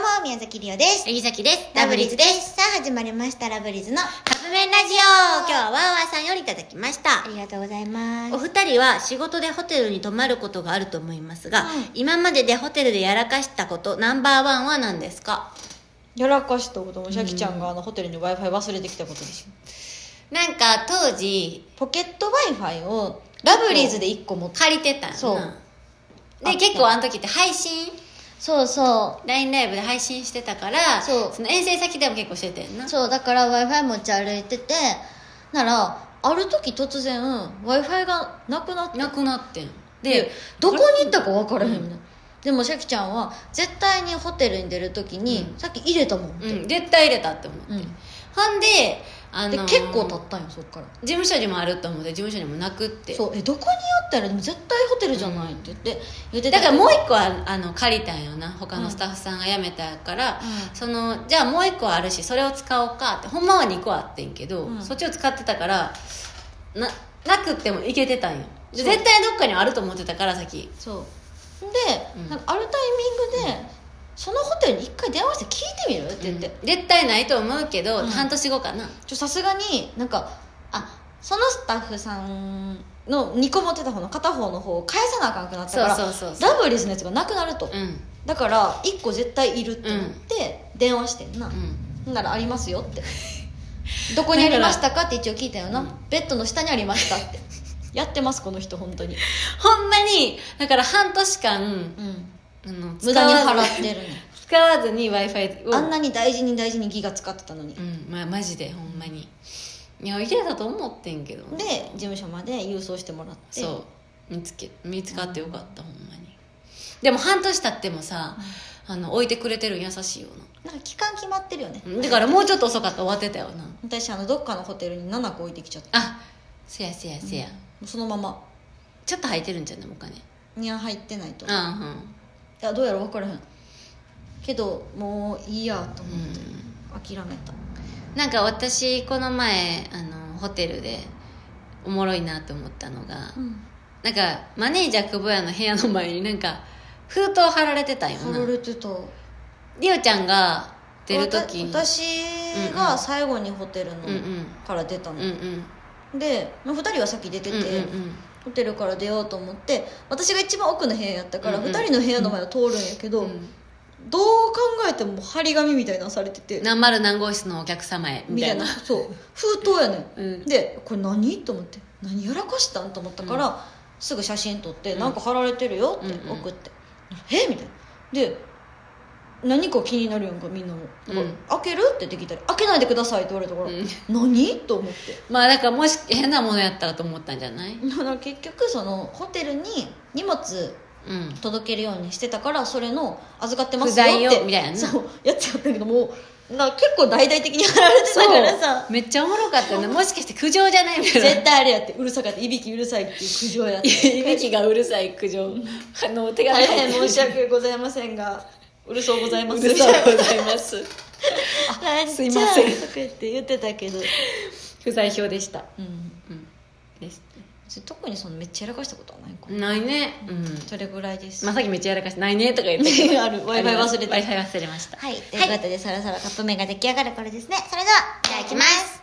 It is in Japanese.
も、宮崎りおです。 えぎさきです。 ラブリーズです。さあ、始まりました、ラブリーズのカップ麺ラジオ。今日はわーわーさんよりいただきました。 ありがとうございます。 お二人は仕事でホテルに泊まることがあると思いますが、今まででホテルでやらかしたことナンバーワンは何ですか？ やらかしたこともシャキちゃんがホテルに Wi-Fi 忘れてきたことですよ。 なんか当時ポケット Wi-Fi をラブリーズで1個持って借りてたんそうで、結構あの時って配信そうそ LINE ライブで配信してたから、 そうその遠征先でも結構しててんな。 う。そう、だから Wi-Fi 持ち歩いてて、なら、ある時突然 Wi-Fi がなくなって。 なくなってんで、どこに行ったか分からへんみたいな。でもシャキちゃんは絶対にホテルに出る時に、さっき入れたもんって、 絶対入れたって思って、ほんで、 で結構経ったんよそっから。 事務所にもあると思って事務所にもなくって、 そうどこにあったらでも絶対ホテルじゃないって言ってただからもう一個は借りたんよな、他のスタッフさんが辞めたから、じゃあもう一個あるしそれを使おうかって、ほんまは2個あってんけど、そっちを使ってたからなくってもいけてたんよ。絶対どっかにあると思ってたから先。 そうで、なんかあるタイミングで、そのホテルに一回電話して聞いてみるって言って、 絶対ないと思うけど、半年後かな。 さすがになんかそのスタッフさんの2個持ってた方の片方の方を返さなあかんくなったから、ラブリーズのやつがなくなると、だから1個絶対いるってなって電話してんな、ならありますよってどこにありましたかって一応聞いたよな、ベッドの下にありましたってやってますこの人本当に。 ほんまにだから半年間、 無駄に払ってるね使わずに Wi-Fi をあんなに大事にギガ使ってたのに、 マジでほんまにいや、いけたと思ってんけど、 で事務所まで郵送してもらって、 そう見つかってよかった、ほんまに。でも半年経ってもさ、置いてくれてるん優しいよな。なんか期間決まってるよね。 だからもうちょっと遅かったら終わってたよな。 私どっかのホテルに7個置いてきちゃった。 せや、 そのままちょっと入ってるんじゃないお金。 いや入ってないと、いやどうやら分からへんけどもういいやと思って諦めた。 なんか私この前ホテルでおもろいなと思ったのが、なんかマネージャー久保屋の部屋の前になんか封筒貼られてたんよな。 貼られてた。 りおちゃんが出る時に私が最後にホテルのから出たの、で2人は先出てて、ホテルから出ようと思って私が一番奥の部屋やったから、2人の部屋の前を通るんやけど、どう考えても張り紙みたいなのされてて、 何丸何号室のお客様へみたいなそう封筒やねん、でこれ何と思って、何やらかしたんと思ったから、すぐ写真撮って、なんか貼られてるよって送って、みたいな。で何か気になるやんかみんなも、開けるってできたら開けないでくださいって言われたから、何と思って、 だからもし変なものやったらと思ったんじゃない。 だから結局そのホテルに荷物届けるようにしてたから、それの預かってますよってみたいなそうやっちゃったけども、結構大々的に貼られてたからさ、 めっちゃおもろかったよね。もしかして苦情じゃないみたいな。 絶対あれやって、うるさかった、いびきうるさいっていう苦情やっていびきがうるさい苦情手紙大変申し訳ございませんがうるそうございます。 うるそうございますすいませんとか言ってたけど不在票でした。 です特にそのめっちゃやらかしたことはないかな。 ないね。 それぐらいです。 さっきめっちゃやらかしてないねとか言ったけどある Wi-Fi 忘れて Wi-Fi 忘れました。 はい、ということで、そろそろカップ麺が出来上がる頃ですね。それではいただきます。